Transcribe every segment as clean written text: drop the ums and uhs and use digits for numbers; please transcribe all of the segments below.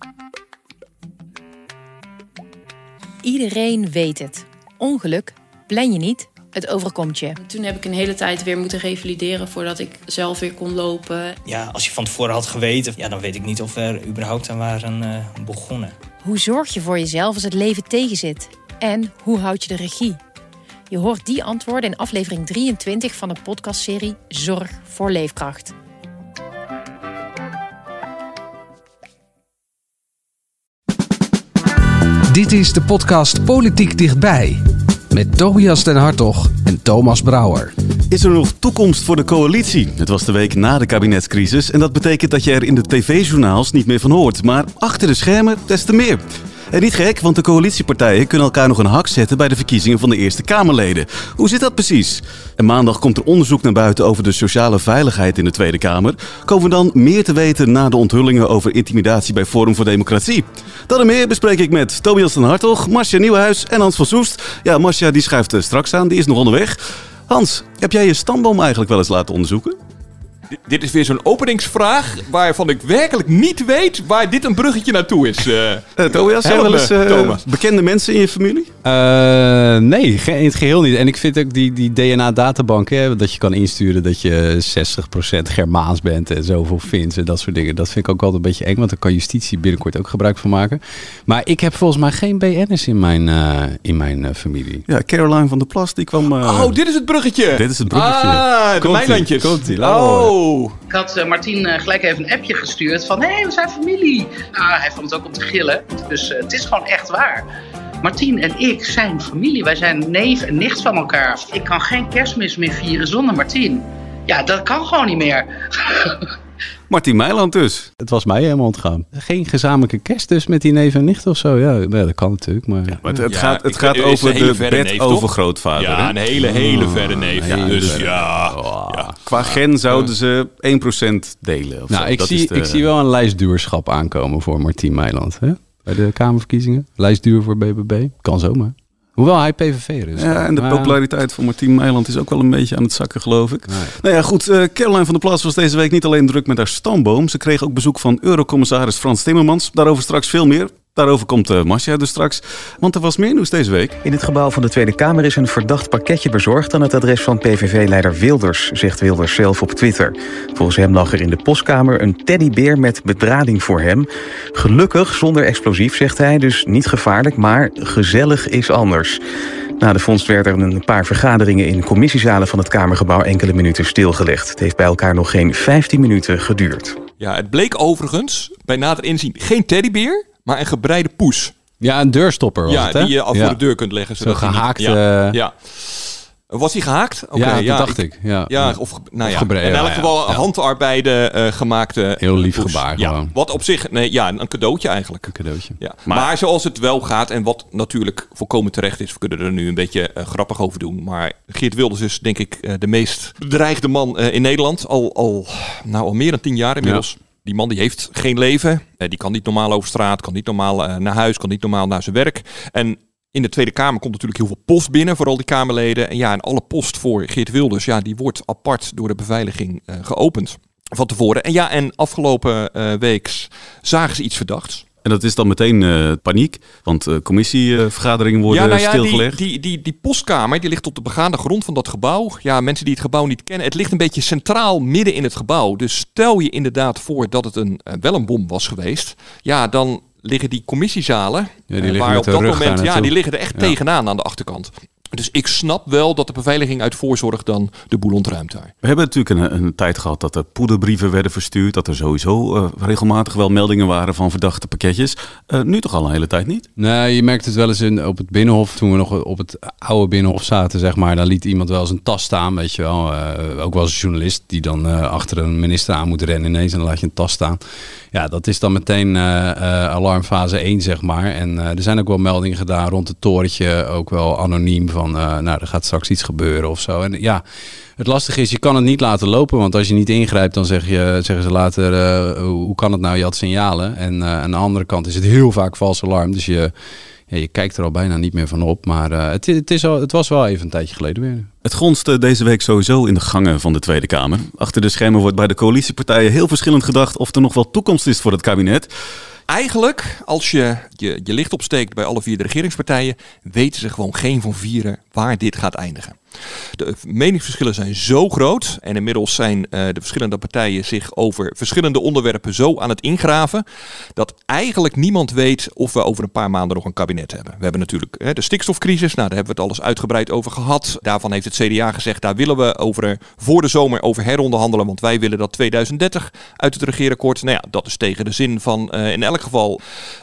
Iedereen weet het. Ongeluk plan je niet, het overkomt je. Toen heb ik een hele tijd weer moeten revalideren voordat ik zelf weer kon lopen. Ja, als je van tevoren had geweten, dan weet ik niet of we er überhaupt aan waren begonnen. Hoe zorg je voor jezelf als het leven tegenzit? En hoe houd je de regie? Je hoort die antwoorden in aflevering 23 van de podcastserie Zorg voor Leefkracht. Dit is de podcast Politiek Dichtbij. Met Tobias den Hartog en Thomas Brouwer. Is er nog toekomst voor de coalitie? Het was de week na de kabinetscrisis en dat betekent dat je er in de tv-journaals niet meer van hoort. Maar achter de schermen des te meer. En niet gek, want de coalitiepartijen kunnen elkaar nog een hak zetten bij de verkiezingen van de Eerste Kamerleden. Hoe zit dat precies? En maandag komt er onderzoek naar buiten over de sociale veiligheid in de Tweede Kamer. Komen we dan meer te weten na de onthullingen over intimidatie bij Forum voor Democratie? Dat en meer bespreek ik met Tobias den Hartog, Marcia Nieuwenhuis en Hans van Soest. Ja, Marcia die schuift straks aan, die is nog onderweg. Hans, heb jij je stamboom eigenlijk wel eens laten onderzoeken? Dit is weer zo'n openingsvraag waarvan ik werkelijk niet weet waar dit een bruggetje naartoe is. Tobias, heb je wel eens bekende mensen in je familie? Nee, in het geheel niet. En ik vind ook die DNA-databank, dat je kan insturen dat je 60% Germaans bent en zoveel Fins en dat soort dingen. Dat vind ik ook altijd een beetje eng, want daar kan justitie binnenkort ook gebruik van maken. Maar ik heb volgens mij geen BN'ers in mijn familie. Ja, Caroline van der Plas, die kwam... dit is het bruggetje. Dit is het bruggetje. De Meilandjes. Komt-ie, Ik had Martien gelijk even een appje gestuurd van... hé, we zijn familie. Hij vond het ook om te gillen. Dus het is gewoon echt waar. Martien en ik zijn familie. Wij zijn neef en nicht van elkaar. Ik kan geen Kerstmis meer vieren zonder Martien. Ja, dat kan gewoon niet meer. Martien Meiland dus. Het was mij helemaal ontgaan. Geen gezamenlijke kerst dus met die neef en nicht of zo. Ja, nee, dat kan natuurlijk. Maar, ja, maar het gaat over de bedovergrootvader. Ja, een hele verre neef. Qua gen zouden ze 1% delen. Of nou, zo. Ik zie wel een lijstduurschap aankomen voor Martien Meiland. Hè? Bij de Kamerverkiezingen. Lijstduur voor BBB. Kan zomaar. Hoewel hij PVV'er is. Ja, en de populariteit van Martien Meiland is ook wel een beetje aan het zakken, geloof ik. Nee. Nou ja, goed. Caroline van der Plas was deze week niet alleen druk met haar stamboom. Ze kreeg ook bezoek van Eurocommissaris Frans Timmermans. Daarover straks veel meer. Daarover komt Marcia dus straks. Want er was meer nieuws deze week. In het gebouw van de Tweede Kamer is een verdacht pakketje bezorgd aan het adres van PVV-leider Wilders, zegt Wilders zelf op Twitter. Volgens hem lag er in de postkamer een teddybeer met bedrading voor hem. Gelukkig zonder explosief, zegt hij, dus niet gevaarlijk, maar gezellig is anders. Na de vondst werden er een paar vergaderingen in commissiezalen van het Kamergebouw enkele minuten stilgelegd. Het heeft bij elkaar nog geen 15 minuten geduurd. Ja, het bleek overigens bij nader inzien geen teddybeer, maar een gebreide poes. Ja, een deurstopper was het, hè? Die je al voor de deur kunt leggen. Zo gehaakt. Ja. Was hij gehaakt? Okay, dat dacht ik. In elk geval handarbeiden gemaakte. Heel lief gebaar gewoon. Wat op zich, een cadeautje eigenlijk. Een cadeautje. Ja. Maar zoals het wel gaat en wat natuurlijk volkomen terecht is, we kunnen er nu een beetje grappig over doen. Maar Geert Wilders is denk ik de meest bedreigde man in Nederland. Al meer dan 10 jaar inmiddels. Ja. Die man die heeft geen leven. Die kan niet normaal over straat, kan niet normaal naar huis, kan niet normaal naar zijn werk. En in de Tweede Kamer komt natuurlijk heel veel post binnen voor al die Kamerleden. En alle post voor Geert Wilders, die wordt apart door de beveiliging geopend van tevoren. En afgelopen week zagen ze iets verdachts. En dat is dan meteen paniek, want commissievergaderingen worden stilgelegd. Die postkamer die ligt op de begaande grond van dat gebouw. Ja, mensen die het gebouw niet kennen. Het ligt een beetje centraal midden in het gebouw. Dus stel je inderdaad voor dat het wel een bom was geweest. Ja, dan liggen die commissiezalen, waar op dat moment, die liggen er echt tegenaan aan de achterkant. Dus ik snap wel dat de beveiliging uit voorzorg dan de boel ontruimt daar. We hebben natuurlijk een tijd gehad dat er poederbrieven werden verstuurd. Dat er sowieso regelmatig wel meldingen waren van verdachte pakketjes. Nu toch al een hele tijd niet? Nee, je merkt het wel eens op het Binnenhof. Toen we nog op het oude Binnenhof zaten, zeg maar. Dan liet iemand wel eens een tas staan, weet je wel. Ook wel eens een journalist die dan achter een minister aan moet rennen ineens. En dan laat je een tas staan. Ja, dat is dan meteen alarmfase 1, zeg maar. En er zijn ook wel meldingen gedaan rond het torentje. Ook wel anoniem van, er gaat straks iets gebeuren of zo. En ja, het lastige is, je kan het niet laten lopen. Want als je niet ingrijpt, dan zeggen ze later, hoe kan het nou? Je had signalen. En aan de andere kant is het heel vaak vals alarm. Dus je kijkt er al bijna niet meer van op. Maar het was wel even een tijdje geleden weer. Het gonst deze week sowieso in de gangen van de Tweede Kamer. Achter de schermen wordt bij de coalitiepartijen heel verschillend gedacht of er nog wel toekomst is voor het kabinet. Eigenlijk, als je licht opsteekt bij alle 4 de regeringspartijen, weten ze gewoon geen van 4 waar dit gaat eindigen. De meningsverschillen zijn zo groot en inmiddels zijn de verschillende partijen zich over verschillende onderwerpen zo aan het ingraven dat eigenlijk niemand weet of we over een paar maanden nog een kabinet hebben. We hebben natuurlijk de stikstofcrisis, daar hebben we het alles uitgebreid over gehad. Daarvan heeft het CDA gezegd, daar willen we voor de zomer over heronderhandelen, want wij willen dat 2030 uit het regeerakkoord. Nou ja, dat is tegen de zin van in elk geval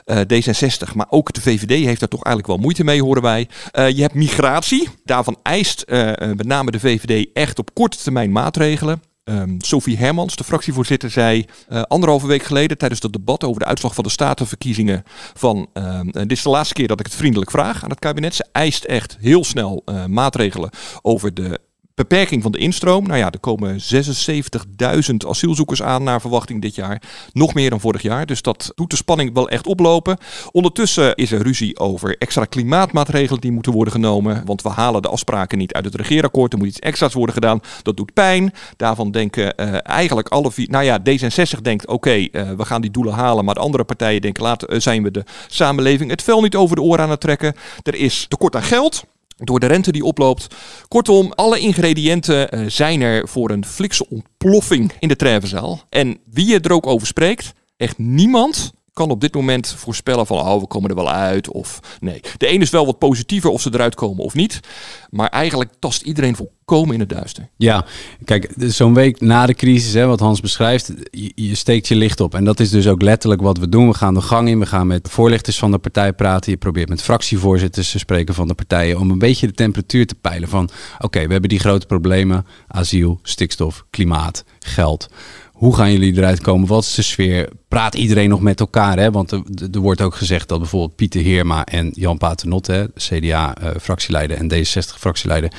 D66, maar ook de VVD heeft daar toch eigenlijk wel moeite mee, horen wij. Je hebt migratie, daarvan eist met name de VVD echt op korte termijn maatregelen. Sophie Hermans, de fractievoorzitter, zei 1,5 week geleden tijdens het debat over de uitslag van de statenverkiezingen van dit is de laatste keer dat ik het vriendelijk vraag aan het kabinet. Ze eist echt heel snel maatregelen over de beperking van de instroom. Nou ja, er komen 76.000 asielzoekers aan naar verwachting dit jaar. Nog meer dan vorig jaar. Dus dat doet de spanning wel echt oplopen. Ondertussen is er ruzie over extra klimaatmaatregelen die moeten worden genomen. Want we halen de afspraken niet uit het regeerakkoord. Er moet iets extra's worden gedaan. Dat doet pijn. Daarvan denken eigenlijk alle 4... Nou ja, D66 denkt oké, we gaan die doelen halen. Maar de andere partijen denken later zijn we de samenleving het vel niet over de oren aan het trekken. Er is tekort aan geld door de rente die oploopt. Kortom, alle ingrediënten zijn er voor een flikse ontploffing in de treffenzaal. En wie er ook over spreekt, echt niemand kan op dit moment voorspellen van we komen er wel uit of nee. De een is wel wat positiever of ze eruit komen of niet. Maar eigenlijk tast iedereen volkomen in het duister. Ja, kijk, zo'n week na de crisis, wat Hans beschrijft, je steekt je licht op. En dat is dus ook letterlijk wat we doen. We gaan de gang in, we gaan met voorlichters van de partij praten. Je probeert met fractievoorzitters te spreken van de partijen om een beetje de temperatuur te peilen van oké, we hebben die grote problemen, asiel, stikstof, klimaat, geld. Hoe gaan jullie eruit komen? Wat is de sfeer? Praat iedereen nog met elkaar? Hè? Want er wordt ook gezegd dat bijvoorbeeld Pieter Heerma en Jan Paternotte, CDA-fractieleider en D66-fractieleider,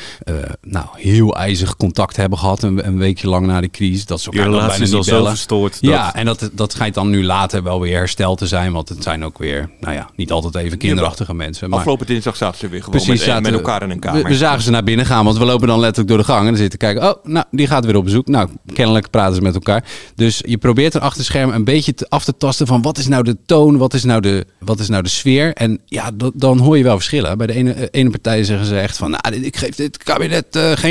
heel ijzig contact hebben gehad een weekje lang na de crisis. Dat ze elkaar bijna niet bellen. Zo verstoord. Ja, en dat schijnt dan nu later wel weer hersteld te zijn. Want het zijn ook weer, niet altijd even kinderachtige mensen. Maar afgelopen dinsdag zaten ze weer gewoon met elkaar in een kamer. We zagen ze naar binnen gaan, want we lopen dan letterlijk door de gang en dan zitten kijken. Die gaat weer op bezoek. Nou, kennelijk praten ze met elkaar. Dus je probeert er achter schermen een beetje af te tasten van wat is nou de toon, wat is nou de sfeer. En ja, dan hoor je wel verschillen. Bij de ene partij zeggen ze echt van, ik geef dit kabinet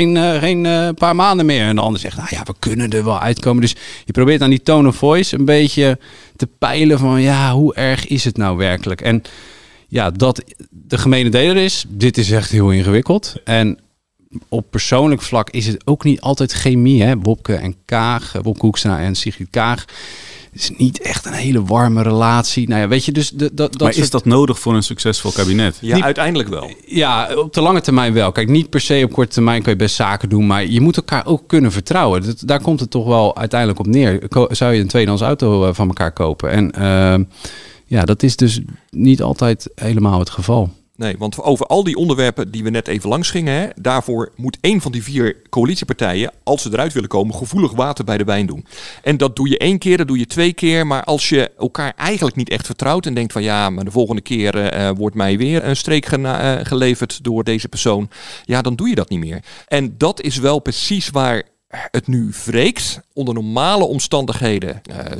geen paar maanden meer. En de ander zegt, we kunnen er wel uitkomen. Dus je probeert aan die tone of voice een beetje te peilen van, hoe erg is het nou werkelijk? En ja, dat de gemene deler is, dit is echt heel ingewikkeld. En op persoonlijk vlak is het ook niet altijd chemie. Hè? Wopke Hoekstra en Sigrid Kaag. Het is niet echt een hele warme relatie. Nou ja, weet je, dus maar is dat nodig voor een succesvol kabinet? Ja, uiteindelijk wel. Ja, op de lange termijn wel. Kijk, niet per se op korte termijn kun je best zaken doen, maar je moet elkaar ook kunnen vertrouwen. Daar komt het toch wel uiteindelijk op neer. Zou je een tweedehands auto van elkaar kopen? En dat is dus niet altijd helemaal het geval. Nee, want over al die onderwerpen die we net even langs gingen, daarvoor moet 1 van die 4 coalitiepartijen, als ze eruit willen komen, gevoelig water bij de wijn doen. En dat doe je 1 keer, dat doe je 2 keer. Maar als je elkaar eigenlijk niet echt vertrouwt en denkt van maar de volgende keer wordt mij weer een streek geleverd door deze persoon. Ja, dan doe je dat niet meer. En dat is wel precies waar het nu wreekt. Onder normale omstandigheden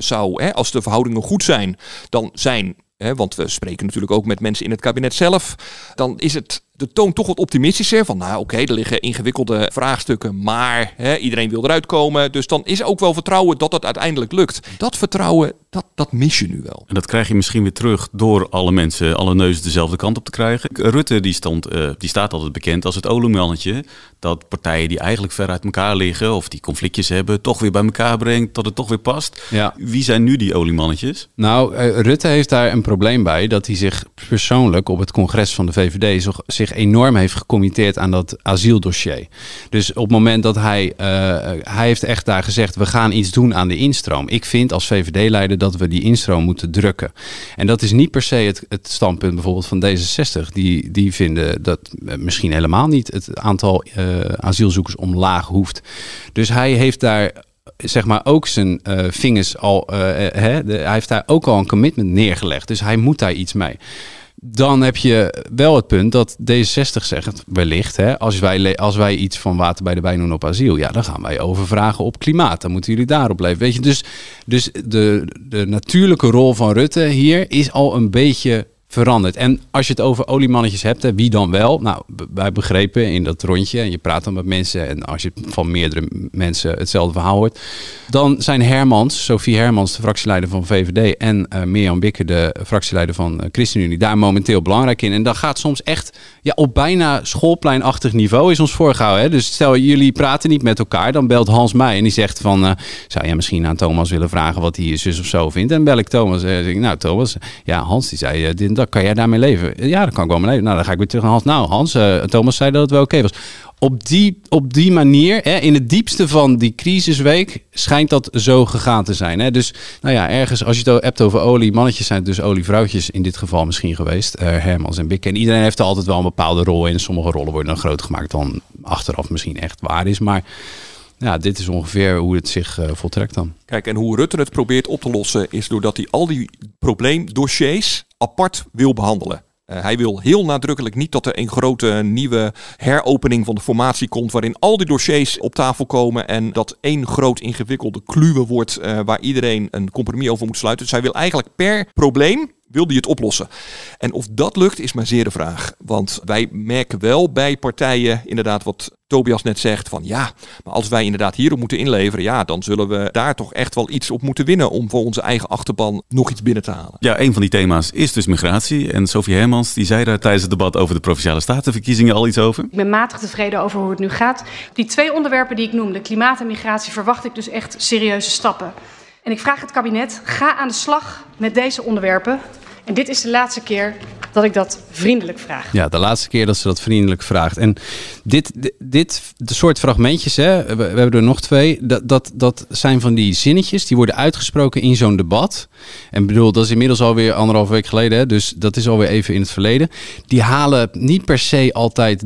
als de verhoudingen goed zijn, dan zijn... want we spreken natuurlijk ook met mensen in het kabinet zelf. Dan is het de toon toch wat optimistischer. Van er liggen ingewikkelde vraagstukken. Maar iedereen wil eruit komen. Dus dan is ook wel vertrouwen dat het uiteindelijk lukt. Dat vertrouwen, dat mis je nu wel. En dat krijg je misschien weer terug door alle mensen, alle neuzen dezelfde kant op te krijgen. Rutte die staat altijd bekend als het oliemannetje. Dat partijen die eigenlijk ver uit elkaar liggen of die conflictjes hebben, toch weer bij elkaar brengt, dat het toch weer past. Ja. Wie zijn nu die oliemannetjes? Nou, Rutte heeft daar een probleem bij dat hij zich persoonlijk op het congres van de VVD zich enorm heeft gecommitteerd aan dat asieldossier. Dus op het moment dat hij heeft echt daar gezegd, we gaan iets doen aan de instroom. Ik vind als VVD-leider dat we die instroom moeten drukken. En dat is niet per se het standpunt bijvoorbeeld van D66. Die vinden dat misschien helemaal niet het aantal asielzoekers omlaag hoeft. Dus hij heeft daar ook zijn vingers al... hij heeft daar ook al een commitment neergelegd. Dus hij moet daar iets mee. Dan heb je wel het punt dat D66 zegt wellicht, hè, als wij iets van water bij de wijn doen op asiel, ja, dan gaan wij overvragen op klimaat. Dan moeten jullie daarop leven. Weet je, dus de natuurlijke rol van Rutte hier is al een beetje veranderd. En als je het over oliemannetjes hebt, hè, wie dan wel? Nou, wij begrepen in dat rondje, en je praat dan met mensen, en als je van meerdere mensen hetzelfde verhaal hoort, dan zijn Sophie Hermans, de fractieleider van VVD, en Mirjam Bikker, de fractieleider van ChristenUnie, daar momenteel belangrijk in. En dat gaat soms echt op bijna schoolpleinachtig niveau is ons voorgehouden. Hè? Dus stel, jullie praten niet met elkaar, dan belt Hans mij en die zegt van, zou jij misschien aan Thomas willen vragen wat hij je zus of zo vindt? En dan bel ik Thomas en zeg ik, nou Thomas, ja, Hans die zei dit en dat. Kan jij daarmee leven? Ja, dat kan ik wel mee leven. Nou, dan ga ik weer terug naar Hans. Nou, Hans, Thomas zei dat het wel oké was. Op die manier, hè, in het diepste van die crisisweek, schijnt dat zo gegaan te zijn. Hè? Dus, nou ja, ergens, als je het hebt over olie, mannetjes zijn het dus olievrouwtjes in dit geval misschien geweest. Hermans en Bikker. En iedereen heeft er altijd wel een bepaalde rol in. Sommige rollen worden dan groter gemaakt dan achteraf misschien echt waar is. Maar ja, dit is ongeveer hoe het zich voltrekt dan. Kijk, en hoe Rutte het probeert op te lossen is doordat hij al die probleemdossiers apart wil behandelen. Hij wil heel nadrukkelijk niet dat er een grote nieuwe heropening van de formatie komt, waarin al die dossiers op tafel komen en dat één groot ingewikkelde kluwe wordt waar iedereen een compromis over moet sluiten. Dus hij wil eigenlijk per probleem wil die het oplossen. En of dat lukt is maar zeer de vraag. Want wij merken wel bij partijen inderdaad wat Tobias net zegt van ja, maar als wij inderdaad hierop moeten inleveren, ja, dan zullen we daar toch echt wel iets op moeten winnen om voor onze eigen achterban nog iets binnen te halen. Ja, een van die thema's is dus migratie. En Sophie Hermans die zei daar tijdens het debat over de Provinciale Statenverkiezingen al iets over. Ik ben matig tevreden over hoe het nu gaat. Die 2 onderwerpen die ik noemde, klimaat en migratie, verwacht ik dus echt serieuze stappen. En ik vraag het kabinet, ga aan de slag met deze onderwerpen. En dit is de laatste keer dat ik dat vriendelijk vraag. Ja, de laatste keer dat ze dat vriendelijk vraagt. En dit soort fragmentjes, hè, we hebben er nog 2. Dat zijn van die zinnetjes, die worden uitgesproken in zo'n debat. En bedoel, dat is inmiddels alweer 1,5 week geleden. Hè, dus dat is alweer even in het verleden. Die halen niet per se altijd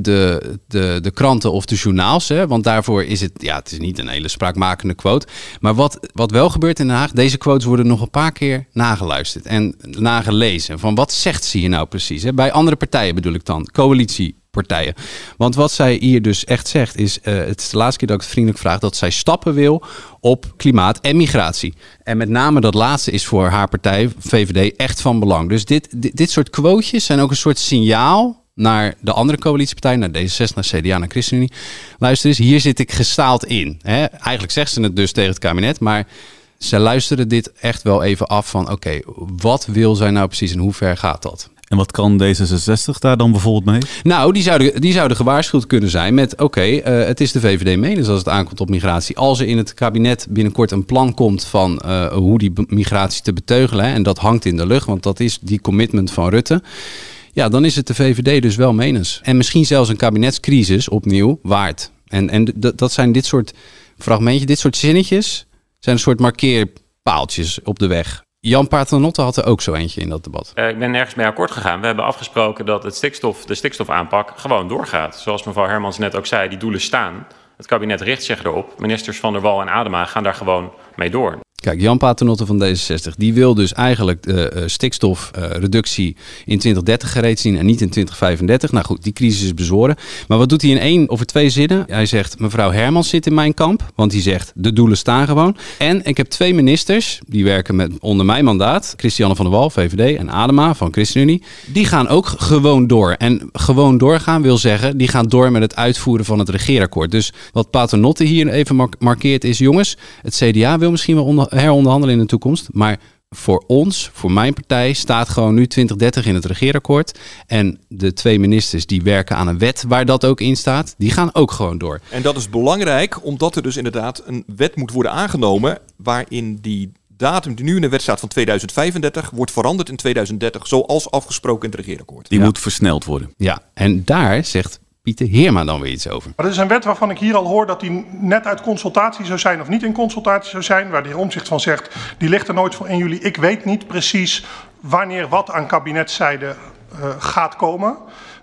de kranten of de journaals. Hè, want daarvoor is het is niet een hele spraakmakende quote. Maar wat wel gebeurt in Den Haag, deze quotes worden nog een paar keer nageluisterd en nagelezen. Van wat zegt ze hier nou precies? Hè? Bij andere partijen bedoel ik dan, coalitiepartijen. Want wat zij hier dus echt zegt is, het is de laatste keer dat ik het vriendelijk vraag, dat zij stappen wil op klimaat en migratie. En met name dat laatste is voor haar partij, VVD, echt van belang. Dus dit soort quotejes zijn ook een soort signaal naar de andere coalitiepartijen, naar D66, naar CDA, naar ChristenUnie. Luister eens, hier zit ik gestaald in. Hè? Eigenlijk zegt ze het dus tegen het kabinet, maar ze luisteren dit echt wel even af van oké, wat wil zij nou precies en hoe ver gaat dat? En wat kan D66 daar dan bijvoorbeeld mee? Nou, die zouden gewaarschuwd kunnen zijn met het is de VVD menens als het aankomt op migratie. Als er in het kabinet binnenkort een plan komt van hoe die migratie te beteugelen, hè, en dat hangt in de lucht, want dat is die commitment van Rutte. Ja, dan is het de VVD dus wel menens. En misschien zelfs een kabinetscrisis opnieuw waard. En dat zijn dit soort fragmentjes, dit soort zinnetjes, zijn een soort markeerpaaltjes op de weg. Jan Paternotte had er ook zo eentje in dat debat. Ik ben nergens mee akkoord gegaan. We hebben afgesproken dat de stikstofaanpak gewoon doorgaat. Zoals mevrouw Hermans net ook zei, die doelen staan. Het kabinet richt zich erop. Ministers Van der Wal en Adema gaan daar gewoon mee door. Kijk, Jan Paternotte van D66, die wil dus eigenlijk de stikstofreductie in 2030 gereed zien en niet in 2035. Nou goed, die crisis is bezworen. Maar wat doet hij in 1 of 2 zinnen? Hij zegt, mevrouw Hermans zit in mijn kamp, want die zegt, de doelen staan gewoon. En ik heb 2 ministers, die werken onder mijn mandaat, Christiane van der Wal, VVD, en Adema van ChristenUnie. Die gaan ook gewoon door. En gewoon doorgaan wil zeggen, die gaan door met het uitvoeren van het regeerakkoord. Dus wat Paternotte hier even markeert is, jongens, het CDA wil misschien wel heronderhandelen in de toekomst, maar voor ons, voor mijn partij, staat gewoon nu 2030 in het regeerakkoord. En de 2 ministers die werken aan een wet waar dat ook in staat, die gaan ook gewoon door. En dat is belangrijk, omdat er dus inderdaad een wet moet worden aangenomen waarin die datum die nu in de wet staat van 2035 wordt veranderd in 2030, zoals afgesproken in het regeerakkoord. Die moet versneld worden. Ja, en daar zegt Pieter Heerma dan weer iets over. Maar dat is een wet waarvan ik hier al hoor dat die net uit consultatie zou zijn of niet in consultatie zou zijn. Waar de heer Omtzigt van zegt, die ligt er nooit voor 1 juli. Ik weet niet precies wanneer wat aan kabinetszijde gaat komen.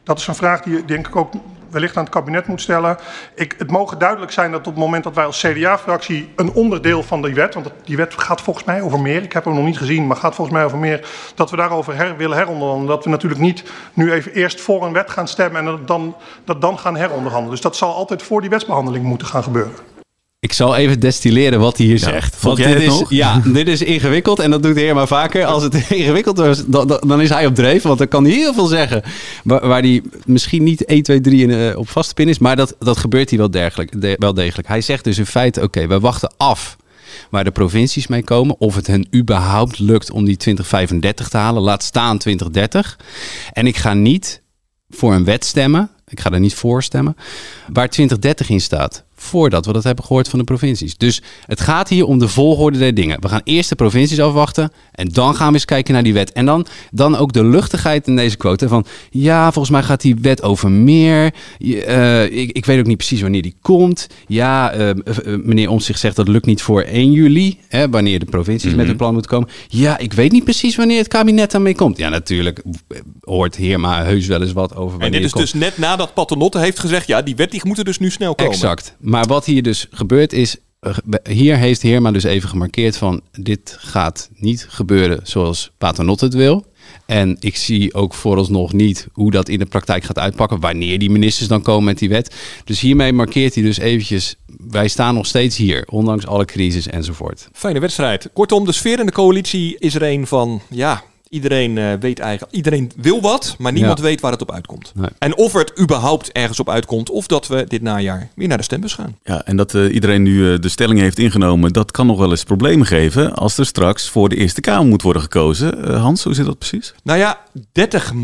Dat is een vraag die je denk ik ook wellicht aan het kabinet moet stellen. Het mogen duidelijk zijn dat op het moment dat wij als CDA-fractie een onderdeel van die wet, want die wet gaat volgens mij over meer, ik heb hem nog niet gezien, maar gaat volgens mij over meer, dat we daarover willen heronderhandelen. Dat we natuurlijk niet nu even eerst voor een wet gaan stemmen en dat dan gaan heronderhandelen. Dus dat zal altijd voor die wetsbehandeling moeten gaan gebeuren. Ik zal even destilleren wat hij hier zegt. Want dit is ingewikkeld en dat doet de heer maar vaker. Als het ingewikkeld is, dan is hij op dreef. Want dan kan hij heel veel zeggen waar hij misschien niet 1, 2, 3 op vaste pin is. Maar dat gebeurt hier wel degelijk. Hij zegt dus in feite, oké, we wachten af waar de provincies mee komen. Of het hen überhaupt lukt om die 2035 te halen. Laat staan 2030. En ik ga niet voor een wet stemmen. Ik ga er niet voor stemmen. Waar 2030 in staat. Voordat we dat hebben gehoord van de provincies. Dus het gaat hier om de volgorde der dingen. We gaan eerst de provincies afwachten. En dan gaan we eens kijken naar die wet. En dan ook de luchtigheid in deze quote. Van ja, volgens mij gaat die wet over meer. Ik weet ook niet precies wanneer die komt. Ja, meneer Omtzigt zegt dat lukt niet voor 1 juli. Wanneer de provincies met een plan moeten komen. Ja, ik weet niet precies wanneer het kabinet daarmee komt. Ja, natuurlijk hoort Heerma heus wel eens wat over wanneer. En dit is dus net nadat Paternotte heeft gezegd, ja, die wet die moet er dus nu snel komen. Exact. Maar wat hier dus gebeurt is, hier heeft Heerma dus even gemarkeerd van dit gaat niet gebeuren zoals Paternotte het wil. En ik zie ook vooralsnog niet hoe dat in de praktijk gaat uitpakken, wanneer die ministers dan komen met die wet. Dus hiermee markeert hij dus eventjes, wij staan nog steeds hier, ondanks alle crisis enzovoort. Fijne wedstrijd. Kortom, de sfeer in de coalitie is er een van, ja, iedereen weet eigenlijk, iedereen wil wat, maar niemand weet waar het op uitkomt. Nee. En of het überhaupt ergens op uitkomt, of dat we dit najaar weer naar de stembus gaan. Ja, en dat iedereen nu de stelling heeft ingenomen, dat kan nog wel eens problemen geven als er straks voor de Eerste Kamer moet worden gekozen. Hans, hoe zit dat precies? Nou ja, 30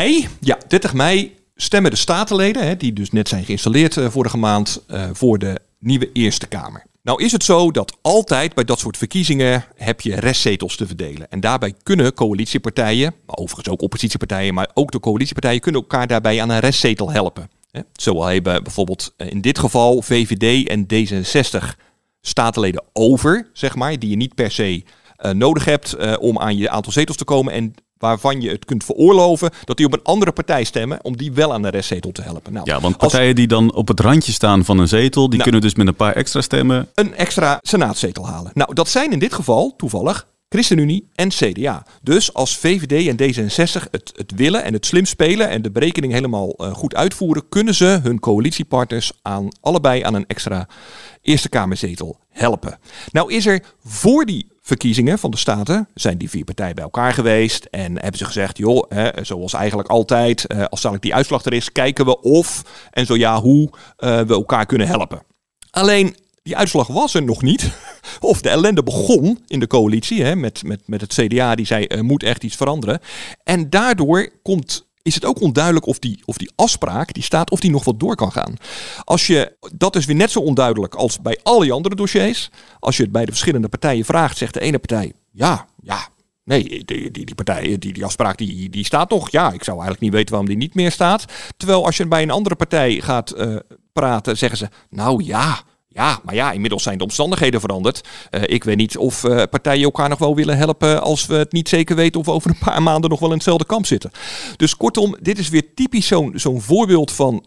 mei stemmen de statenleden, die dus net zijn geïnstalleerd vorige maand, voor de nieuwe Eerste Kamer. Nou is het zo dat altijd bij dat soort verkiezingen heb je restzetels te verdelen. En daarbij kunnen coalitiepartijen, maar overigens ook oppositiepartijen, maar ook de coalitiepartijen kunnen elkaar daarbij aan een restzetel helpen. Zo hebben bijvoorbeeld in dit geval VVD en D66 statenleden over, zeg maar, die je niet per se nodig hebt om aan je aantal zetels te komen en waarvan je het kunt veroorloven dat die op een andere partij stemmen om die wel aan de restzetel te helpen. Nou, ja, want partijen die dan op het randje staan van een zetel, die kunnen dus met een paar extra stemmen een extra senaatzetel halen. Nou, dat zijn in dit geval toevallig ChristenUnie en CDA. Dus als VVD en D66 het willen en het slim spelen en de berekening helemaal goed uitvoeren, kunnen ze hun coalitiepartners allebei aan een extra Eerste Kamerzetel helpen. Nou is er voor die verkiezingen van de Staten, zijn die 4 partijen bij elkaar geweest en hebben ze gezegd, joh, zoals eigenlijk altijd, als dadelijk die uitslag er is, kijken we of, en zo ja, hoe we elkaar kunnen helpen. Alleen, die uitslag was er nog niet. Of de ellende begon in de coalitie met het CDA die zei, er moet echt iets veranderen. En daardoor is het ook onduidelijk of die afspraak die staat, of die nog wat door kan gaan. Dat is weer net zo onduidelijk als bij al die andere dossiers. Als je het bij de verschillende partijen vraagt, zegt de ene partij, nee, die partij, die afspraak die staat nog. Ja, ik zou eigenlijk niet weten waarom die niet meer staat. Terwijl als je bij een andere partij gaat praten, zeggen ze, nou ja, maar ja, inmiddels zijn de omstandigheden veranderd. Ik weet niet of partijen elkaar nog wel willen helpen als we het niet zeker weten of we over een paar maanden nog wel in hetzelfde kamp zitten. Dus kortom, dit is weer typisch zo'n voorbeeld van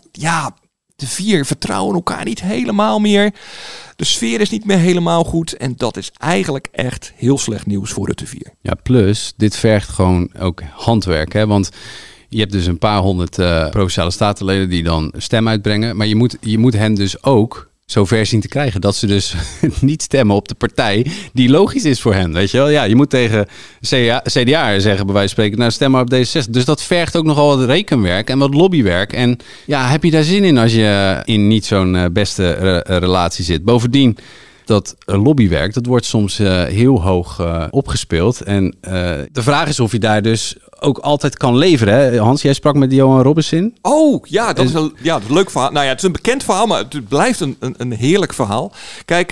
de 4 vertrouwen elkaar niet helemaal meer. De sfeer is niet meer helemaal goed en dat is eigenlijk echt heel slecht nieuws voor de 4. Ja, plus dit vergt gewoon ook handwerk, hè, want je hebt dus een paar 100 Provinciale Statenleden die dan stem uitbrengen, maar je moet hen dus ook zover zien te krijgen dat ze dus niet stemmen op de partij die logisch is voor hen, weet je wel? Ja, je moet tegen CDA zeggen, bij wijze van spreken, nou stem maar op D66. Dus dat vergt ook nogal wat rekenwerk en wat lobbywerk. En ja, heb je daar zin in als je in niet zo'n beste relatie zit? Bovendien, dat lobbywerk, dat wordt soms heel hoog opgespeeld. En de vraag is of je daar dus ook altijd kan leveren. Hè? Hans, jij sprak met Johan Robinson. Oh, ja, dat is een leuk verhaal. Nou ja, het is een bekend verhaal, maar het blijft een heerlijk verhaal. Kijk,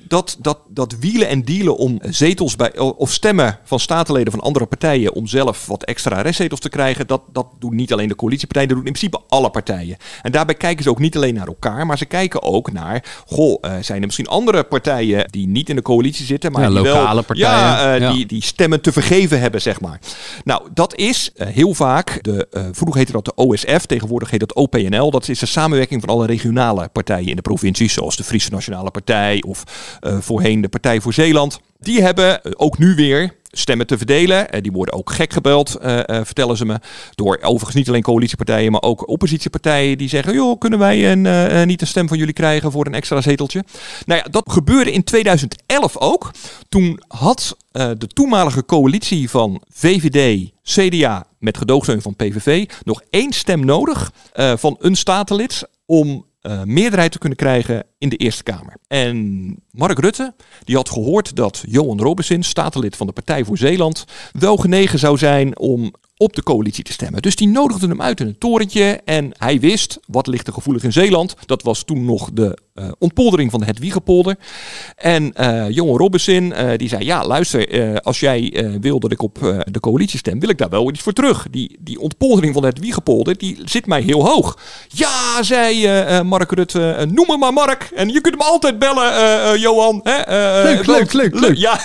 dat wielen en dealen om zetels of stemmen van statenleden van andere partijen om zelf wat extra restzetels te krijgen, dat doen niet alleen de coalitiepartijen, dat doen in principe alle partijen. En daarbij kijken ze ook niet alleen naar elkaar, maar ze kijken ook naar, zijn er misschien andere partijen die niet in de coalitie zitten, maar die lokale partijen. Die stemmen te vergeven hebben, zeg maar. Nou, dat is heel vaak, vroeger heette dat de OSF, tegenwoordig heet dat OPNL. Dat is de samenwerking van alle regionale partijen in de provincies, zoals de Friese Nationale Partij of voorheen de Partij voor Zeeland. Die hebben ook nu weer stemmen te verdelen. Die worden ook gek gebeld, vertellen ze me. Door overigens niet alleen coalitiepartijen, maar ook oppositiepartijen die zeggen, joh, kunnen wij niet een stem van jullie krijgen voor een extra zeteltje? Nou ja, dat gebeurde in 2011 ook. Toen had de toenmalige coalitie van VVD, CDA met gedoogsteun van PVV nog 1 stem nodig van een statenlid om meerderheid te kunnen krijgen in de Eerste Kamer. En Mark Rutte, die had gehoord dat Johan Robinson, statenlid van de Partij voor Zeeland, wel genegen zou zijn om op de coalitie te stemmen. Dus die nodigde hem uit in een torentje en hij wist, wat ligt er gevoelig in Zeeland. Dat was toen nog de ontpoldering van de Hedwiegepolder. En Johan Robinson, die zei, ja luister, als jij wil dat ik op de coalitie stem, wil ik daar wel iets voor terug. Die ontpoldering van de Hedwiegepolder, die zit mij heel hoog. Ja, zei Mark Rutte, noem me maar Mark. En je kunt hem altijd bellen, Johan. Leuk. Ja,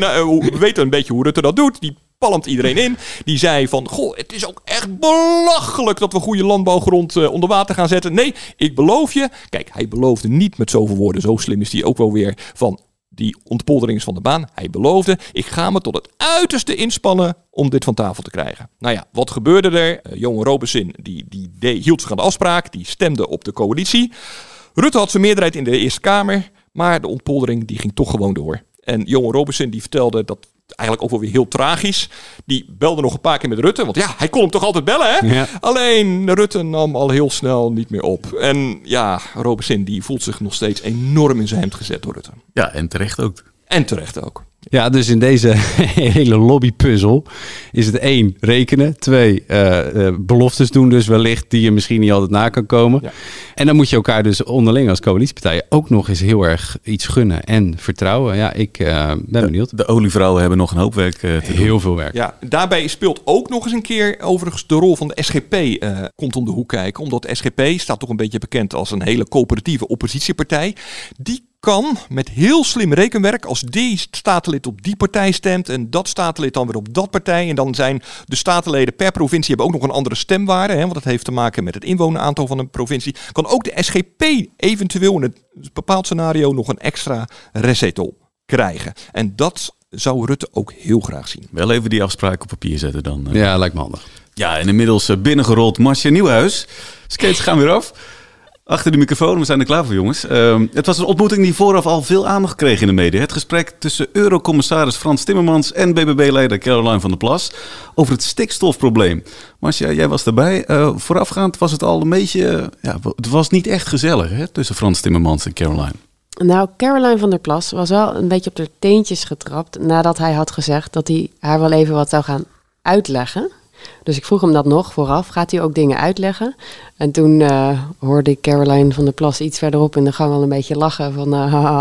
we weten een beetje hoe Rutte dat doet. Die palmt iedereen in. Die zei van, het is ook echt belachelijk dat we goede landbouwgrond onder water gaan zetten. Nee, ik beloof je. Kijk, hij beloofde niet met zoveel woorden. Zo slim is hij ook wel weer van die ontpoldering is van de baan. Hij beloofde, ik ga me tot het uiterste inspannen om dit van tafel te krijgen. Nou ja, wat gebeurde er? Johan Robinson die hield zich aan de afspraak. Die stemde op de coalitie. Rutte had zijn meerderheid in de Eerste Kamer. Maar de ontpoldering die ging toch gewoon door. En Johan Robinson die vertelde dat eigenlijk ook wel weer heel tragisch. Die belde nog een paar keer met Rutte. Want ja, hij kon hem toch altijd bellen, hè? Ja. Alleen Rutte nam al heel snel niet meer op. En ja, Robinson die voelt zich nog steeds enorm in zijn hemd gezet door Rutte. Ja, en terecht ook. En terecht ook. Ja, dus in deze hele lobbypuzzel is het 1, rekenen. 2, beloftes doen dus wellicht die je misschien niet altijd na kan komen. Ja. En dan moet je elkaar dus onderling als coalitiepartijen ook nog eens heel erg iets gunnen en vertrouwen. Ja, ik ben benieuwd. De olievrouwen hebben nog een hoop werk te doen. Heel veel werk. Ja, daarbij speelt ook nog eens een keer overigens de rol van de SGP komt om de hoek kijken. Omdat de SGP staat toch een beetje bekend als een hele coöperatieve oppositiepartij. Die kan met heel slim rekenwerk, als die statenlid op die partij stemt en dat statenlid dan weer op dat partij, en dan zijn de statenleden per provincie hebben ook nog een andere stemwaarde, want dat heeft te maken met het inwoneraantal van een provincie, kan ook de SGP eventueel in een bepaald scenario nog een extra restzetel krijgen. En dat zou Rutte ook heel graag zien. Wel even die afspraak op papier zetten dan. Ja, lijkt me handig. Ja, en inmiddels binnengerold Marcia Nieuwhuis. Skates gaan weer af. Achter de microfoon, we zijn er klaar voor, jongens. Het was een ontmoeting die vooraf al veel aandacht kreeg in de media. Het gesprek tussen Eurocommissaris Frans Timmermans en BBB-leider Caroline van der Plas over het stikstofprobleem. Marcia, jij was erbij. Voorafgaand was het al een beetje... het was niet echt gezellig, hè, tussen Frans Timmermans en Caroline. Nou, Caroline van der Plas was wel een beetje op de teentjes getrapt nadat hij had gezegd dat hij haar wel even wat zou gaan uitleggen. Dus ik vroeg hem dat nog vooraf. Gaat hij ook dingen uitleggen? En toen hoorde ik Caroline van der Plas iets verderop in de gang al een beetje lachen. Van,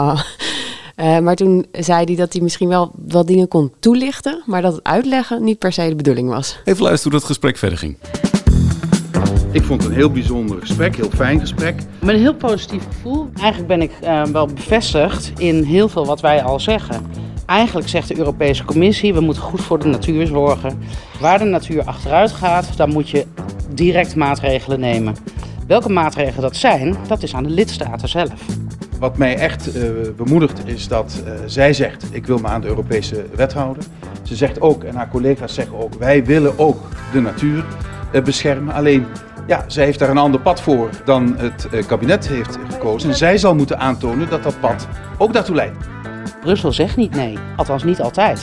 maar toen zei hij dat hij misschien wel wat dingen kon toelichten. Maar dat het uitleggen niet per se de bedoeling was. Even luisteren hoe dat gesprek verder ging. Ik vond het een heel bijzonder gesprek, heel fijn gesprek. Met een heel positief gevoel. Eigenlijk ben ik wel bevestigd in heel veel wat wij al zeggen. Eigenlijk zegt de Europese Commissie, we moeten goed voor de natuur zorgen. Waar de natuur achteruit gaat, dan moet je direct maatregelen nemen. Welke maatregelen dat zijn, dat is aan de lidstaten zelf. Wat mij echt bemoedigt is dat zij zegt, ik wil me aan de Europese wet houden. Ze zegt ook, en haar collega's zeggen ook, wij willen ook de natuur beschermen. Alleen, ja, zij heeft daar een ander pad voor dan het kabinet heeft gekozen. En zij zal moeten aantonen dat dat pad ook daartoe leidt. Brussel zegt niet nee, althans niet altijd.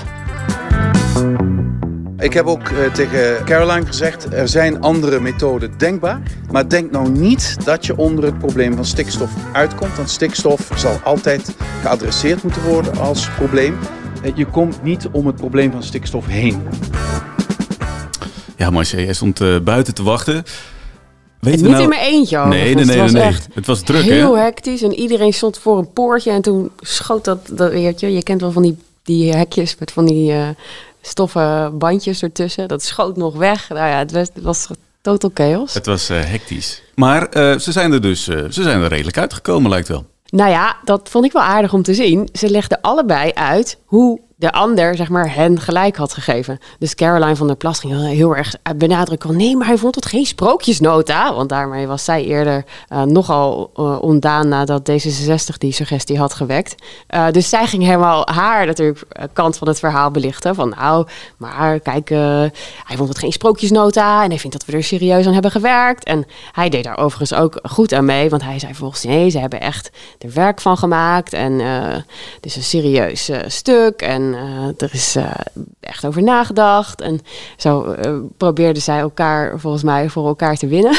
Ik heb ook tegen Caroline gezegd, er zijn andere methoden denkbaar. Maar denk nou niet dat je onder het probleem van stikstof uitkomt. Want stikstof zal altijd geadresseerd moeten worden als probleem. Je komt niet om het probleem van stikstof heen. Ja, Marcia, jij stond buiten te wachten. Weet niet in mijn eentje over. Nee. Echt het was druk, heel hectisch. En iedereen stond voor een poortje. En toen schoot dat weet je kent wel van die hekjes met van die stoffen bandjes ertussen. Dat schoot nog weg. Nou ja, het was total chaos. Het was hectisch. Maar ze zijn er redelijk uitgekomen, lijkt wel. Nou ja, dat vond ik wel aardig om te zien. Ze legden allebei uit hoe de ander, zeg maar, hen gelijk had gegeven. Dus Caroline van der Plas ging heel erg benadrukken van nee, maar hij vond het geen sprookjesnota. Want daarmee was zij eerder nogal ontdaan nadat D66 die suggestie had gewekt. Dus zij ging helemaal haar natuurlijk kant van het verhaal belichten. Van nou, maar kijk, hij vond het geen sprookjesnota en hij vindt dat we er serieus aan hebben gewerkt. En hij deed daar overigens ook goed aan mee, want hij zei volgens nee, ze hebben echt er werk van gemaakt. En het is een serieus stuk en er is echt over nagedacht. En zo probeerden zij elkaar volgens mij voor elkaar te winnen.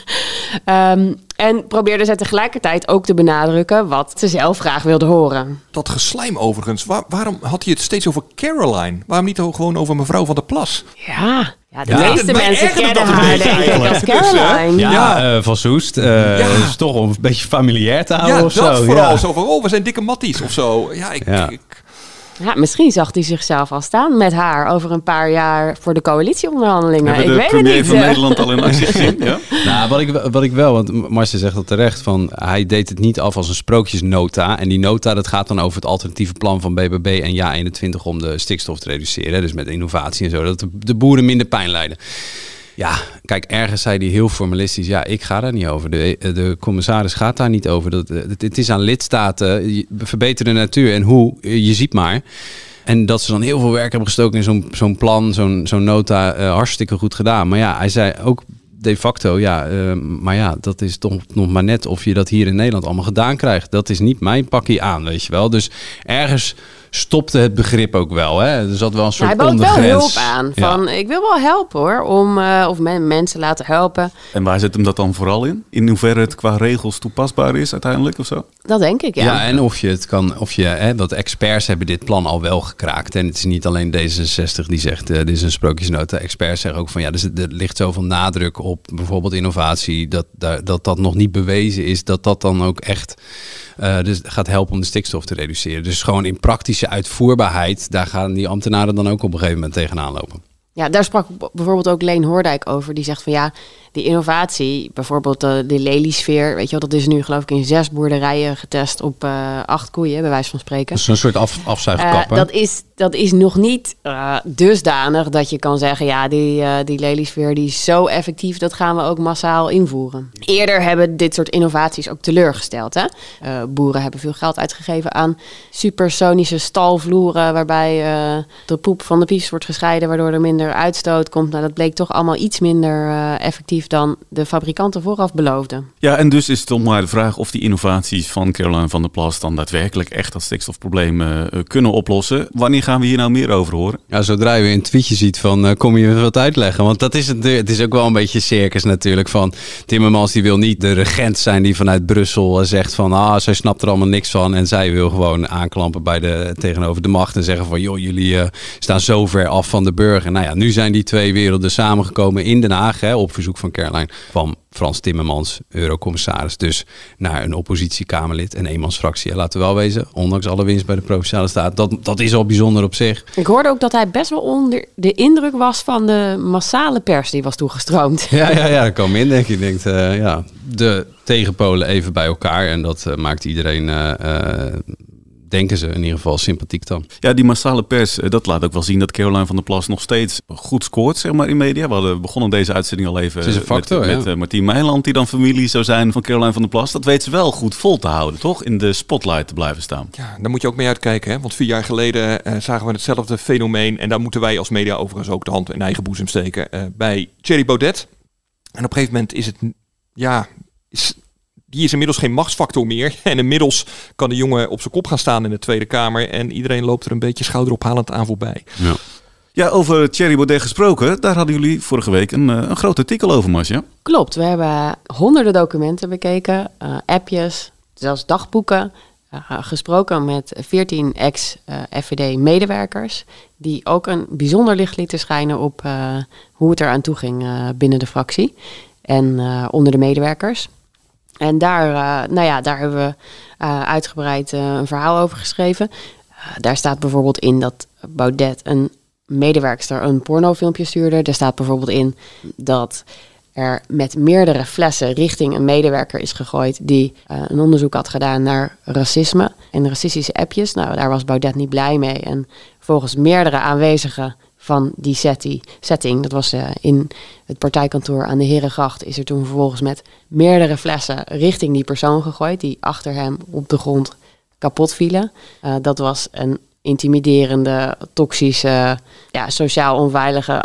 En probeerden zij tegelijkertijd ook te benadrukken wat ze zelf graag wilden horen. Dat geslijm overigens. Waarom had hij het steeds over Caroline? Waarom niet gewoon over mevrouw van der Plas? Ja, de meeste mensen kennen haar denk ik als Caroline. Van Soest. Is toch om een beetje familiair te houden of zo. Dat vooral. Zo van, we zijn dikke matties of zo. Ja, misschien zag hij zichzelf al staan met haar over een paar jaar voor de coalitieonderhandelingen. Ik weet het niet. Hebben de premier van Nederland al in actie gezien? Ja? Nou, wat ik wel, want Marcia zegt dat terecht, van hij deed het niet af als een sprookjesnota. En die nota, dat gaat dan over het alternatieve plan van BBB en JA21 om de stikstof te reduceren. Dus met innovatie en zo, dat de boeren minder pijn lijden. Ja, kijk, ergens zei hij heel formalistisch, ja, ik ga daar niet over. De commissaris gaat daar niet over. Het is aan lidstaten, verbeter de natuur en hoe, je ziet maar. En dat ze dan heel veel werk hebben gestoken in zo'n plan, zo'n nota, hartstikke goed gedaan. Maar ja, hij zei ook de facto, maar ja, dat is toch nog maar net of je dat hier in Nederland allemaal gedaan krijgt. Dat is niet mijn pakje aan, weet je wel. Dus ergens stopte het begrip ook wel. Hè? Er zat wel een soort ondergrens. Hij bood wel hulp aan. Van, ik wil wel helpen hoor, om mensen laten helpen. En waar zit hem dat dan vooral in? In hoeverre het qua regels toepasbaar is uiteindelijk of zo? Dat denk ik, ja. Ja, en of je het kan, want experts hebben dit plan al wel gekraakt. En het is niet alleen D66 die zegt, dit is een sprookjesnota. Experts zeggen ook van, ja, er ligt zoveel nadruk op bijvoorbeeld innovatie, dat nog niet bewezen is, dat dan ook echt dus gaat helpen om de stikstof te reduceren. Dus gewoon in praktische uitvoerbaarheid, daar gaan die ambtenaren dan ook op een gegeven moment tegenaan lopen. Ja, daar sprak bijvoorbeeld ook Leen Hoordijk over. Die zegt van ja, die innovatie, bijvoorbeeld de leliesfeer, weet je wel, dat is nu geloof ik in 6 boerderijen getest op 8 koeien, bij wijze van spreken. Dat is een soort afzuigkap. Dat is nog niet dusdanig dat je kan zeggen, ja, die leliesfeer die is zo effectief, dat gaan we ook massaal invoeren. Eerder hebben dit soort innovaties ook teleurgesteld. Hè? Boeren hebben veel geld uitgegeven aan supersonische stalvloeren, waarbij de poep van de pies wordt gescheiden, waardoor er minder uitstoot komt. Nou, dat bleek toch allemaal iets minder effectief dan de fabrikanten vooraf beloofden. Ja, en dus is het maar de vraag of die innovaties van Caroline van der Plas dan daadwerkelijk echt dat stikstofprobleem kunnen oplossen. Wanneer gaan we hier nou meer over horen? Ja, zodra je een tweetje ziet van kom je wat uitleggen. Want dat is het is ook wel een beetje circus natuurlijk van Timmermans, die wil niet de regent zijn die vanuit Brussel zegt van zij snapt er allemaal niks van en zij wil gewoon aanklampen tegenover de macht en zeggen van joh, jullie staan zo ver af van de burger. Nou ja, nu zijn die twee werelden samengekomen in Den Haag, op verzoek van Caroline, van Frans Timmermans, eurocommissaris, dus naar een oppositiekamerlid en eenmansfractie. Laten we wel wezen, ondanks alle winst bij de Provinciale Staten, dat is al bijzonder op zich. Ik hoorde ook dat hij best wel onder de indruk was van de massale pers die was toegestroomd. Ja, dat kwam in, denk ik. Denkt, de tegenpolen even bij elkaar en dat maakt iedereen denken ze in ieder geval sympathiek dan. Ja, die massale pers, dat laat ook wel zien dat Caroline van der Plas nog steeds goed scoort, zeg maar, in media. We begonnen deze uitzending al even met Martien Meiland, die dan familie zou zijn van Caroline van der Plas. Dat weet ze wel goed vol te houden, toch? In de spotlight te blijven staan. Ja, daar moet je ook mee uitkijken, hè? Want 4 jaar geleden zagen we hetzelfde fenomeen en daar moeten wij als media overigens ook de hand in eigen boezem steken bij Thierry Baudet. En op een gegeven moment is het, die is inmiddels geen machtsfactor meer. En inmiddels kan de jongen op zijn kop gaan staan in de Tweede Kamer. En iedereen loopt er een beetje schouderophalend aan voorbij. Ja, over Thierry Baudet gesproken. Daar hadden jullie vorige week een groot artikel over, Marcia. Klopt, we hebben honderden documenten bekeken. Appjes, zelfs dagboeken. Gesproken met 14 ex-FVD-medewerkers. Die ook een bijzonder licht lieten schijnen op hoe het eraan toe ging binnen de fractie. en onder de medewerkers. En daar hebben we uitgebreid een verhaal over geschreven. Daar staat bijvoorbeeld in dat Baudet een medewerkster een pornofilmpje stuurde. Er staat bijvoorbeeld in dat er met meerdere flessen richting een medewerker is gegooid die een onderzoek had gedaan naar racisme en racistische appjes. Nou, daar was Baudet niet blij mee. En volgens meerdere aanwezigen van die setting, dat was in het partijkantoor aan de Herengracht, is er toen vervolgens met meerdere flessen richting die persoon gegooid die achter hem op de grond kapot vielen. Dat was een intimiderende, toxische, sociaal onveilige,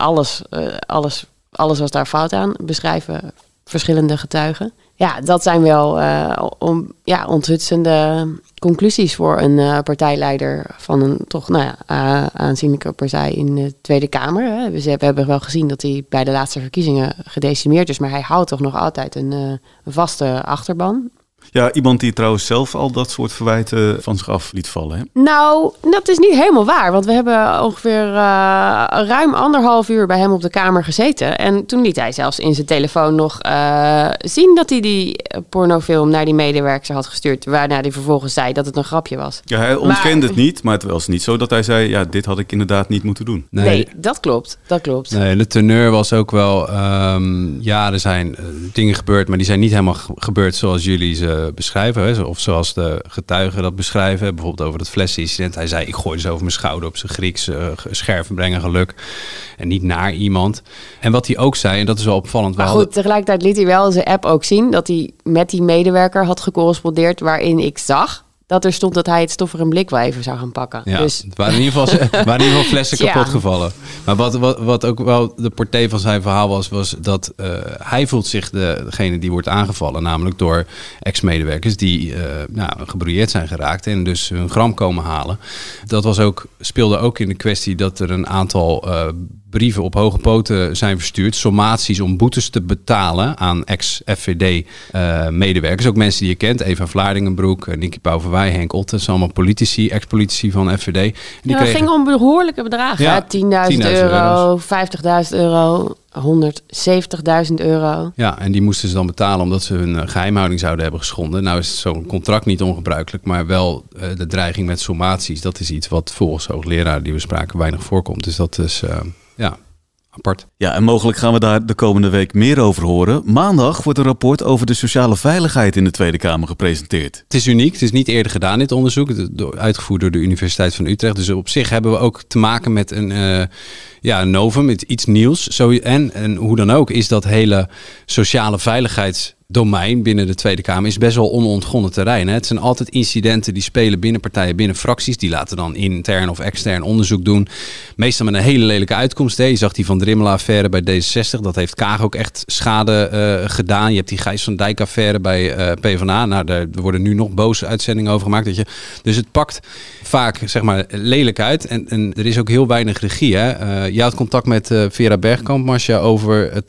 alles was daar fout aan, beschrijven verschillende getuigen. Ja, dat zijn wel onthutsende conclusies voor een partijleider van een toch aanzienlijke partij in de Tweede Kamer. Hè. We hebben wel gezien dat hij bij de laatste verkiezingen gedecimeerd is, maar hij houdt toch nog altijd een vaste achterban. Ja, iemand die trouwens zelf al dat soort verwijten van zich af liet vallen. Hè? Nou, dat is niet helemaal waar. Want we hebben ongeveer ruim 1,5 uur bij hem op de kamer gezeten. En toen liet hij zelfs in zijn telefoon nog zien dat hij die pornofilm naar die medewerker had gestuurd. Waarna hij vervolgens zei dat het een grapje was. Ja, hij ontkende het niet, maar het was niet zo dat hij zei, ja, dit had ik inderdaad niet moeten doen. Nee, dat klopt. Nee, de teneur was ook wel, er zijn dingen gebeurd, maar die zijn niet helemaal gebeurd zoals jullie ze beschrijven, hè? Of zoals de getuigen dat beschrijven, bijvoorbeeld over het flessenincident. Hij zei, ik gooi dus over mijn schouder op zijn Grieks, scherven brengen geluk en niet naar iemand. En wat hij ook zei, en dat is wel opvallend. Maar goed, tegelijkertijd liet hij wel in zijn app ook zien dat hij met die medewerker had gecorrespondeerd, waarin ik zag dat er stond dat hij het stof er een blik wel even zou gaan pakken. Ja, dus het waren in ieder geval flessen kapot gevallen. Maar wat ook wel de portée van zijn verhaal was dat hij voelt zich degene die wordt aangevallen, namelijk door ex-medewerkers die gebrouilleerd zijn geraakt en dus hun gram komen halen. Dat speelde ook in de kwestie dat er een aantal brieven op hoge poten zijn verstuurd, sommaties om boetes te betalen aan ex-FVD-medewerkers. Ook mensen die je kent, Eva Vlaardingenbroek, Nicky Pauverwij, Henk Otten, dat zijn allemaal politici, ex-politici van FVD. Het ging om behoorlijke bedragen. Ja, 10.000 euro, 50.000 euro, 170.000 euro. Ja, en die moesten ze dan betalen omdat ze hun geheimhouding zouden hebben geschonden. Nou is zo'n contract niet ongebruikelijk, maar wel de dreiging met sommaties. Dat is iets wat volgens hoogleraren die we spraken weinig voorkomt. Dus dat is apart. Ja, en mogelijk gaan we daar de komende week meer over horen. Maandag wordt een rapport over de sociale veiligheid in de Tweede Kamer gepresenteerd. Het is uniek, het is niet eerder gedaan, dit onderzoek. Uitgevoerd door de Universiteit van Utrecht. Dus op zich hebben we ook te maken met een novum, met iets nieuws. En hoe dan ook is dat hele sociale veiligheidsdomein binnen de Tweede Kamer is best wel onontgonnen terrein. Hè? Het zijn altijd incidenten die spelen binnen partijen, binnen fracties. Die laten dan intern of extern onderzoek doen. Meestal met een hele lelijke uitkomst. Hè? Je zag die Van Drimmelen-affaire bij D66. Dat heeft Kaag ook echt schade gedaan. Je hebt die Gijs van Dijk-affaire bij PvdA. Nou, daar worden nu nog boze uitzendingen over gemaakt. Dus het pakt vaak lelijk uit. En er is ook heel weinig regie. Hè? Je had contact met Vera Bergkamp, Marcia, over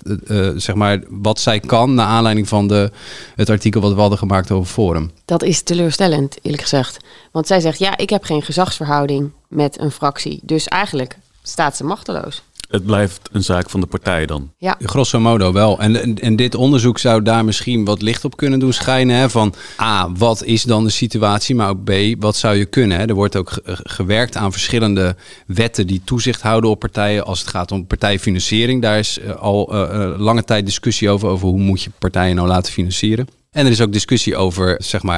wat zij kan naar aanleiding van het artikel wat we hadden gemaakt over Forum. Dat is teleurstellend, eerlijk gezegd. Want zij zegt, ik heb geen gezagsverhouding met een fractie. Dus eigenlijk staat ze machteloos. Het blijft een zaak van de partij dan? Ja. Grosso modo wel. En dit onderzoek zou daar misschien wat licht op kunnen doen schijnen. Hè? Van A, wat is dan de situatie? Maar ook B, wat zou je kunnen? Hè? Er wordt ook gewerkt aan verschillende wetten die toezicht houden op partijen als het gaat om partijfinanciering. Daar is al lange tijd discussie over hoe moet je partijen nou laten financieren. En er is ook discussie over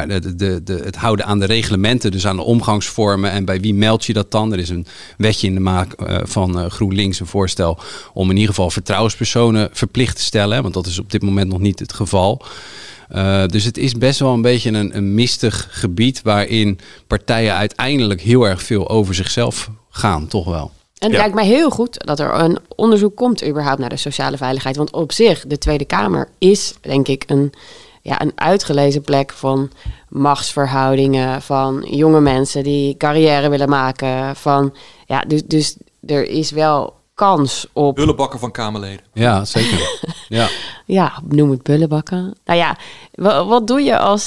het houden aan de reglementen, dus aan de omgangsvormen en bij wie meld je dat dan. Er is een wetje in de maak van GroenLinks, een voorstel om in ieder geval vertrouwenspersonen verplicht te stellen, hè, want dat is op dit moment nog niet het geval. Dus het is best wel een beetje een mistig gebied waarin partijen uiteindelijk heel erg veel over zichzelf gaan, toch wel. En het lijkt mij heel goed dat er een onderzoek komt überhaupt naar de sociale veiligheid, want op zich, de Tweede Kamer is denk ik een uitgelezen plek van machtsverhoudingen, van jonge mensen die carrière willen maken. Dus er is wel kans op... Bullenbakken van Kamerleden. Ja, zeker. Ja, noem het bullenbakken. Nou ja, wat doe je als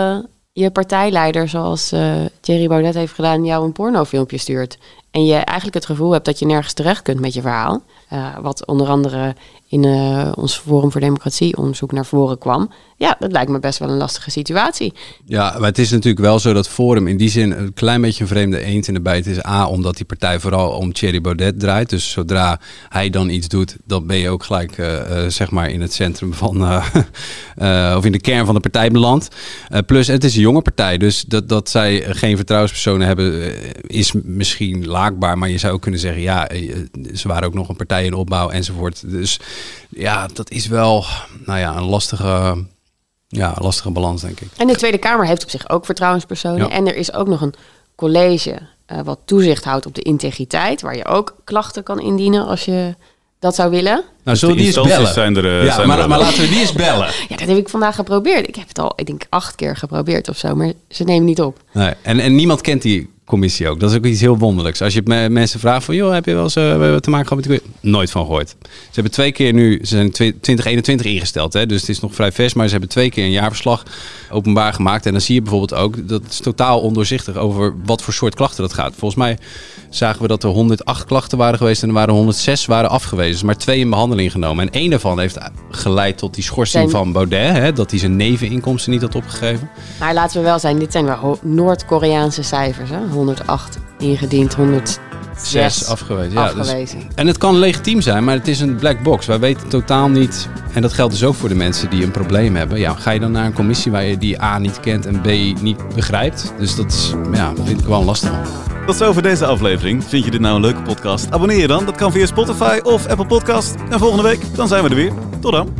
je partijleider, zoals Thierry Baudet heeft gedaan, jou een pornofilmpje stuurt? En je eigenlijk het gevoel hebt dat je nergens terecht kunt met je verhaal. Wat onder andere in ons Forum voor Democratie onderzoek naar voren kwam. Ja, dat lijkt me best wel een lastige situatie. Ja, maar het is natuurlijk wel zo dat Forum in die zin een klein beetje een vreemde eend in de bijt is. Omdat die partij vooral om Thierry Baudet draait. Dus zodra hij dan iets doet, dan ben je ook gelijk zeg maar in het centrum van of in de kern van de partij beland. Plus het is een jonge partij, dus dat zij geen vertrouwenspersonen hebben is misschien laakbaar. Maar je zou ook kunnen zeggen, ja, ze waren ook nog een partij in opbouw enzovoort. Dus ja, dat is wel een lastige balans, denk ik. En de Tweede Kamer heeft op zich ook vertrouwenspersonen. Ja. En er is ook nog een college wat toezicht houdt op de integriteit, waar je ook klachten kan indienen als je dat zou willen. Nou, zullen we die eens bellen? Zijn er maar laten we die eens bellen. Ja, dat heb ik vandaag geprobeerd. Ik heb het al, ik denk 8 keer geprobeerd of zo, maar ze nemen niet op. Nee. En niemand kent die commissie ook. Dat is ook iets heel wonderlijks. Als je mensen vraagt van, joh, heb je wel eens te maken gehad met die... Nooit van gehoord. Ze hebben 2 keer nu, ze zijn in 2021 ingesteld, hè, dus het is nog vrij vers, maar ze hebben 2 keer een jaarverslag openbaar gemaakt. En dan zie je bijvoorbeeld ook, dat is totaal ondoorzichtig over wat voor soort klachten dat gaat. Volgens mij zagen we dat er 108 klachten waren geweest en er waren 106 afgewezen. Dus maar 2 in behandeling genomen. En 1 daarvan heeft geleid tot die schorsing van Baudet, hè, dat hij zijn neveninkomsten niet had opgegeven. Maar laten we wel zijn, dit zijn wel Noord-Koreaanse cijfers, hè? 108 ingediend, 106 afgewezen. Ja, afgewezen. Dus, en het kan legitiem zijn, maar het is een black box. Wij weten totaal niet, en dat geldt dus ook voor de mensen die een probleem hebben. Ja, ga je dan naar een commissie waar je die A niet kent en B niet begrijpt? Dus dat is, vind ik wel lastig. Tot zover deze aflevering. Vind je dit nou een leuke podcast? Abonneer je dan. Dat kan via Spotify of Apple Podcast. En volgende week, dan zijn we er weer. Tot dan.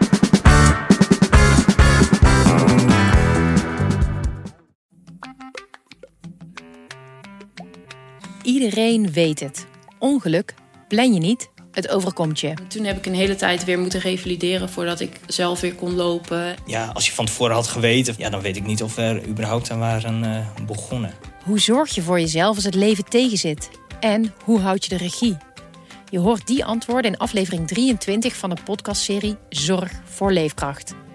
Iedereen weet het. Ongeluk plan je niet, het overkomt je. Toen heb ik een hele tijd weer moeten revalideren voordat ik zelf weer kon lopen. Ja, als je van tevoren had geweten, dan weet ik niet of we er überhaupt aan waren begonnen. Hoe zorg je voor jezelf als het leven tegenzit? En hoe houd je de regie? Je hoort die antwoorden in aflevering 23 van de podcastserie Zorg voor Leefkracht.